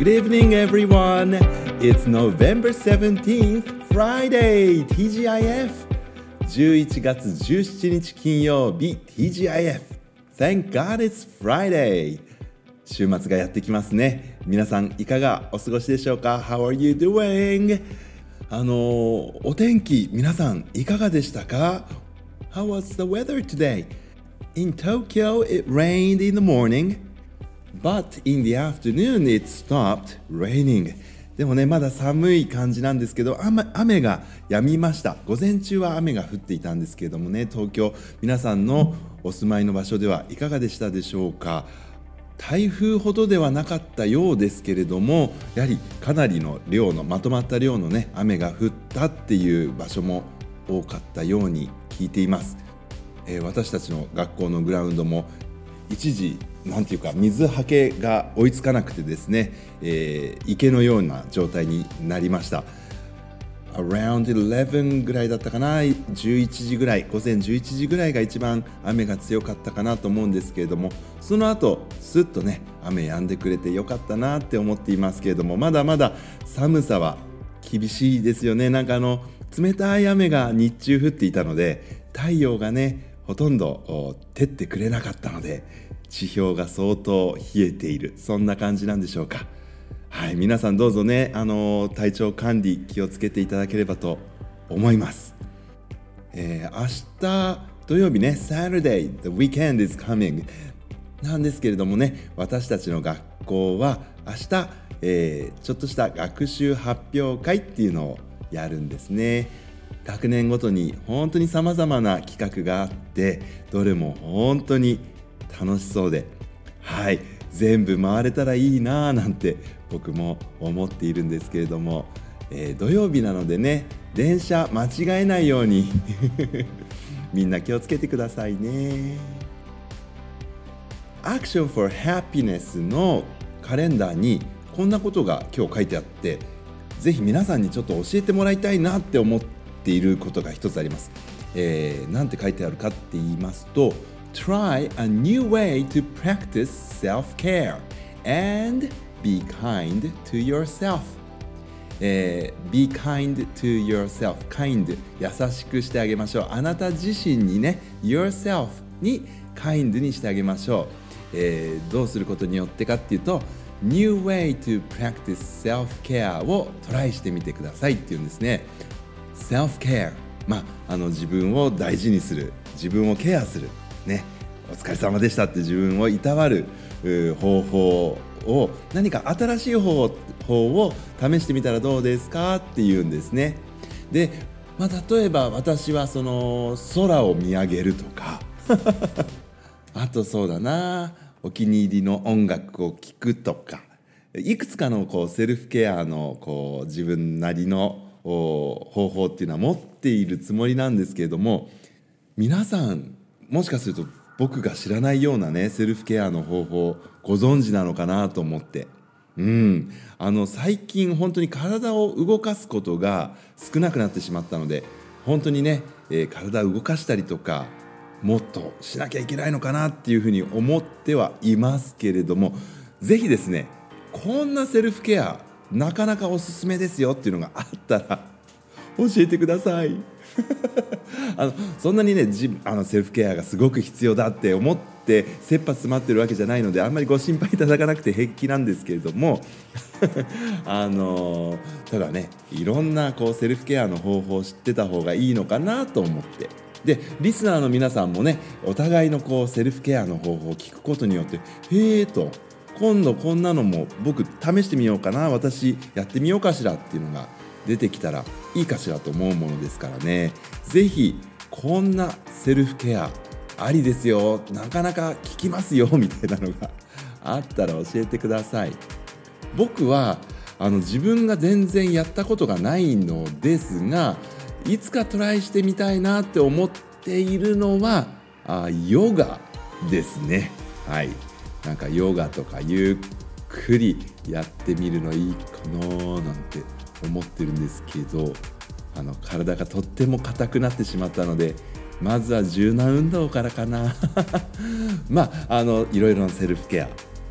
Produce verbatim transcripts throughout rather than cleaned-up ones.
Good evening, everyone. It's November seventeenth, Friday, ティージーアイエフ。じゅういちがつじゅうしちにち金曜日、ティージーアイエフ。Thank God it's Friday. 週末がやってきますね。皆さんいかがお過ごしでしょうか？ How are you doing? あのお天気皆さんいかがでしたか？ How was the weather today? In Tokyo, it rained in the morning, but in the afternoon it stopped raining. でもね、まだ寒い感じなんですけど、雨、雨が止みました。午前中は雨が降っていたんですけれどもね、東京、皆さんのお住まいの場所ではいかがでしたでしょうか？台風ほどではなかったようですけれども、やはりかなりの量のまとまった量のね、雨が降ったっていう場所も多かったように聞いています。えー、私たちの学校のグラウンドも一時なんていうか水はけが追いつかなくてですね、えー、池のような状態になりました。Around eleven ぐらいだったかな、じゅういちじぐらい、午前じゅういちじぐらいが一番雨が強かったかなと思うんですけれども、その後スッとね雨止んでくれてよかったなって思っていますけれども、まだまだ寒さは厳しいですよね。なんかあの冷たい雨が日中降っていたので、太陽がねほとんど照ってくれなかったので、地表が相当冷えている、そんな感じなんでしょうか。はい、皆さんどうぞね、あの体調管理気をつけていただければと思います。えー、明日土曜日ね、Saturday, the weekend is coming なんですけれどもね、私たちの学校は明日、えー、ちょっとした学習発表会っていうのをやるんですね。学年ごとに本当に様々な企画があって、どれも本当に楽しそうで、はい、全部回れたらいいななんて僕も思っているんですけれども、えー、土曜日なのでね、電車間違えないようにみんな気をつけてくださいね。Action for Happiness のカレンダーにこんなことが今日書いてあって、ぜひ皆さんにちょっと教えてもらいたいなって思っていることが一つあります。えー、なんて書いてあるかって言いますと、Try a new way to practice self-care and be kind to yourself. えー、be kind to yourself. kind 優しくしてあげましょう。あなた自身にね、yourself に kind にしてあげましょう。えー、どうすることによってかっていうと、new way to practice self-care をトライしてみてくださいっていうんですね。self-care、まあ、あの自分を大事にする、自分をケアするね、お疲れ様でしたって自分をいたわる方法を、何か新しい方法を試してみたらどうですかっていうんですね。で、まあ、例えば私はその空を見上げるとかあとそうだな、お気に入りの音楽を聴くとか、いくつかのこうセルフケアのこう自分なりの方法っていうのは持っているつもりなんですけれども、皆さんもしかすると僕が知らないようなねセルフケアの方法ご存知なのかなと思って、うん、あの最近本当に体を動かすことが少なくなってしまったので、本当にね、えー、体を動かしたりとかもっとしなきゃいけないのかなっていうふうに思ってはいますけれども、ぜひですね、こんなセルフケアなかなかおすすめですよっていうのがあったら教えてくださいあのそんなにねじあのセルフケアがすごく必要だって思って切羽詰まってるわけじゃないので、あんまりご心配いただかなくて平気なんですけれどもあのただね、いろんなこうセルフケアの方法を知ってた方がいいのかなと思って、でリスナーの皆さんもね、お互いのこうセルフケアの方法を聞くことによって、へーと、今度こんなのも僕試してみようかな、私やってみようかしらっていうのが出てきたらいいかしらと思うものですからね。ぜひこんなセルフケアありですよ、なかなか効きますよみたいなのがあったら教えてください。僕はあの自分が全然やったことがないのですが、いつかトライしてみたいなって思っているのはあヨガですね。はい、なんかヨガとかゆっくりやってみるのいいかななんて思ってるんですけど、あの体がとっても硬くなってしまったので、まずは柔軟運動からかなまああのいろいろなセルフケア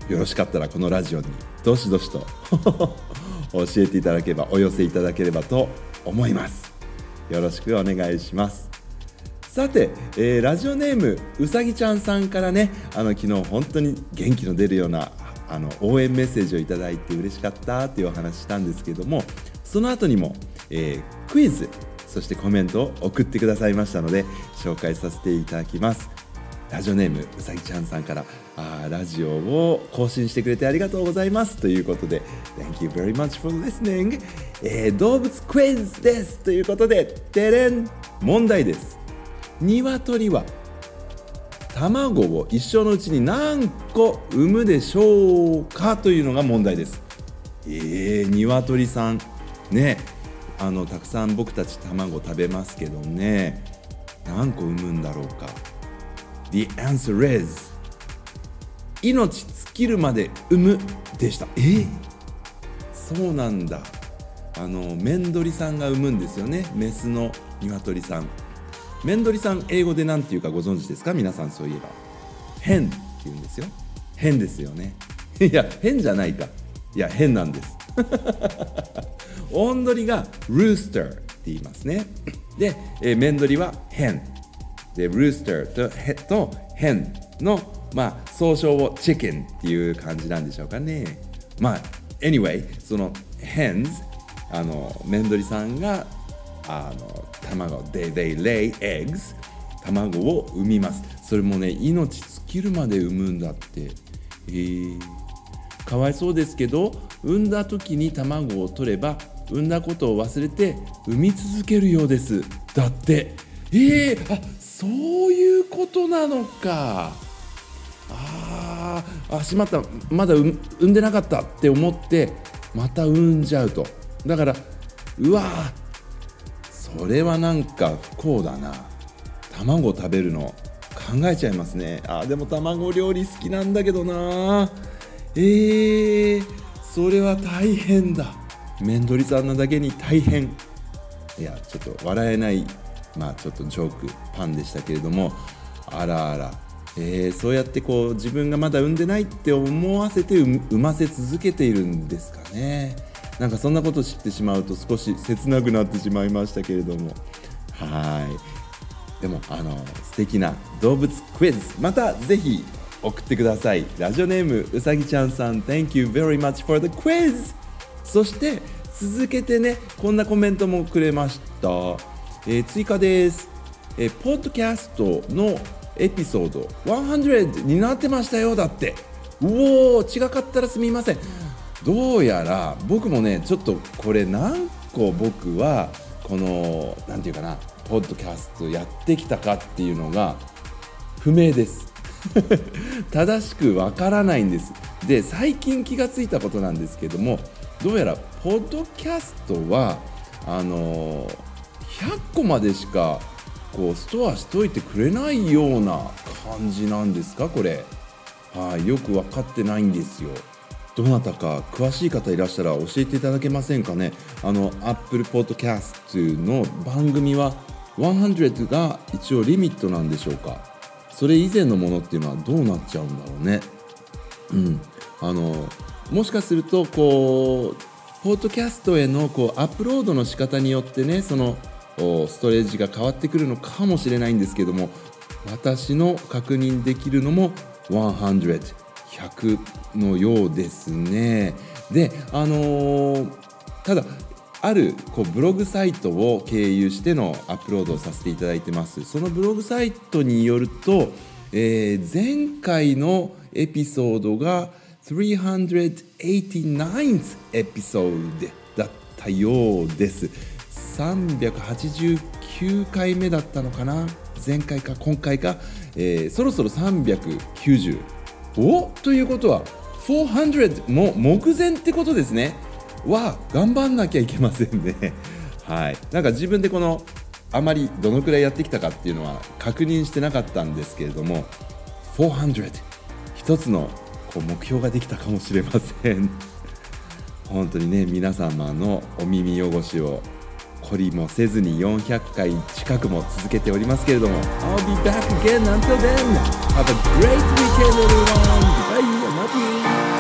よろしかったらこのラジオにどしどしと教えていただければ、お寄せいただければと思います。よろしくお願いします。さて、えー、ラジオネームうさぎちゃんさんからね、あの昨日本当に元気の出るようなあの応援メッセージをいただいて嬉しかったっていうお話したんですけども、その後にも、えー、クイズ、そしてコメントを送ってくださいましたので紹介させていただきます。ラジオネームうさぎちゃんさんから、あラジオを更新してくれてありがとうございますということで Thank you very much for listening、えー、動物クイズですということで、てれん、問題です。鶏は卵を一生のうちに何個産むでしょうかというのが問題です。えー、鶏さんね、あのたくさん僕たち卵食べますけどね、何個産むんだろうか。 The answer is 命尽きるまで産むでした。えー、そうなんだ。あのメンドリさんが産むんですよね、メスの鶏さん。メンドリさん、英語で何て言うかご存知ですか？皆さん、そういえば変って言うんですよ。変ですよね。いや変じゃないか、いや変なんですオンドリが rooster って言いますね。で、えー、メンドリは変で、rooster とへと変の、まあ、総称を chicken っていう感じなんでしょうかね。まあ anyway、 その hens、 あのメンドリさんがあの卵 they, they lay eggs、 卵を産みます。それもね、命尽きるまで産むんだって。えー、かわいそうですけど、産んだ時に卵を取れば産んだことを忘れて産み続けるようですだって。えー、あ、そういうことなのか。ああ、しまった、まだ産んでなかったって思ってまた産んじゃうと。だからうわー、それはなんか不幸だな。卵食べるの考えちゃいますね。あ、でも卵料理好きなんだけどな。えー、それは大変だ。メンドリさんなだけに大変。いや、ちょっと笑えない、まあちょっとジョークパンでしたけれども、あらあら、えー、そうやってこう自分がまだ産んでないって思わせて産ませ続けているんですかね。なんかそんなこと知ってしまうと少し切なくなってしまいましたけれども、はい。でもあの素敵な動物クイズ、またぜひ送ってください。ラジオネームうさぎちゃんさん、 Thank you very much for the quiz。 そして続けてね、こんなコメントもくれました。えー、追加です。えー、ポッドキャストのエピソードひゃくになってましたよだって。うおー、違かったらすみません。どうやら僕もね、ちょっとこれ何個僕はこのなんていうかな、ポッドキャストやってきたかっていうのが不明です正しくわからないんです。で、最近気がついたことなんですけども、どうやらポッドキャストはあのひゃっこまでしかこうストアしといてくれないような感じなんですか、これ。はい、よく分かってないんですよ。どなたか詳しい方いらっしゃら教えていただけませんかね。あの Apple Podcast の番組はひゃくが一応リミットなんでしょうか。それ以前のものっていうのはどうなっちゃうんだろうね。うん、あのもしかするとこうポッドキャストへのこうアップロードの仕方によってね、そのストレージが変わってくるのかもしれないんですけども、私の確認できるのもひゃくのようですね。で、あのー、ただあるこうブログサイトを経由してのアップロードをさせていただいてます。そのブログサイトによると、えー、前回のエピソードがさんびゃくはちじゅうきゅうエピソードだったようです。さんびゃくはちじゅうきゅうかいめだったのかな、前回か今回か、えー、そろそろさんびゃくきゅうじゅう、おということはよんひゃくも目前ってことですね。わあ、頑張んなきゃいけませんねはい、なんか自分でこのあまりどのくらいやってきたかっていうのは確認してなかったんですけれども、よんひゃく一つのこう目標ができたかもしれません本当にね、皆様のお耳汚しを懲りもせずによんひゃっかい近くも続けておりますけれども、 I'll be back again until then. Have a great weekend everyone. Bye. me.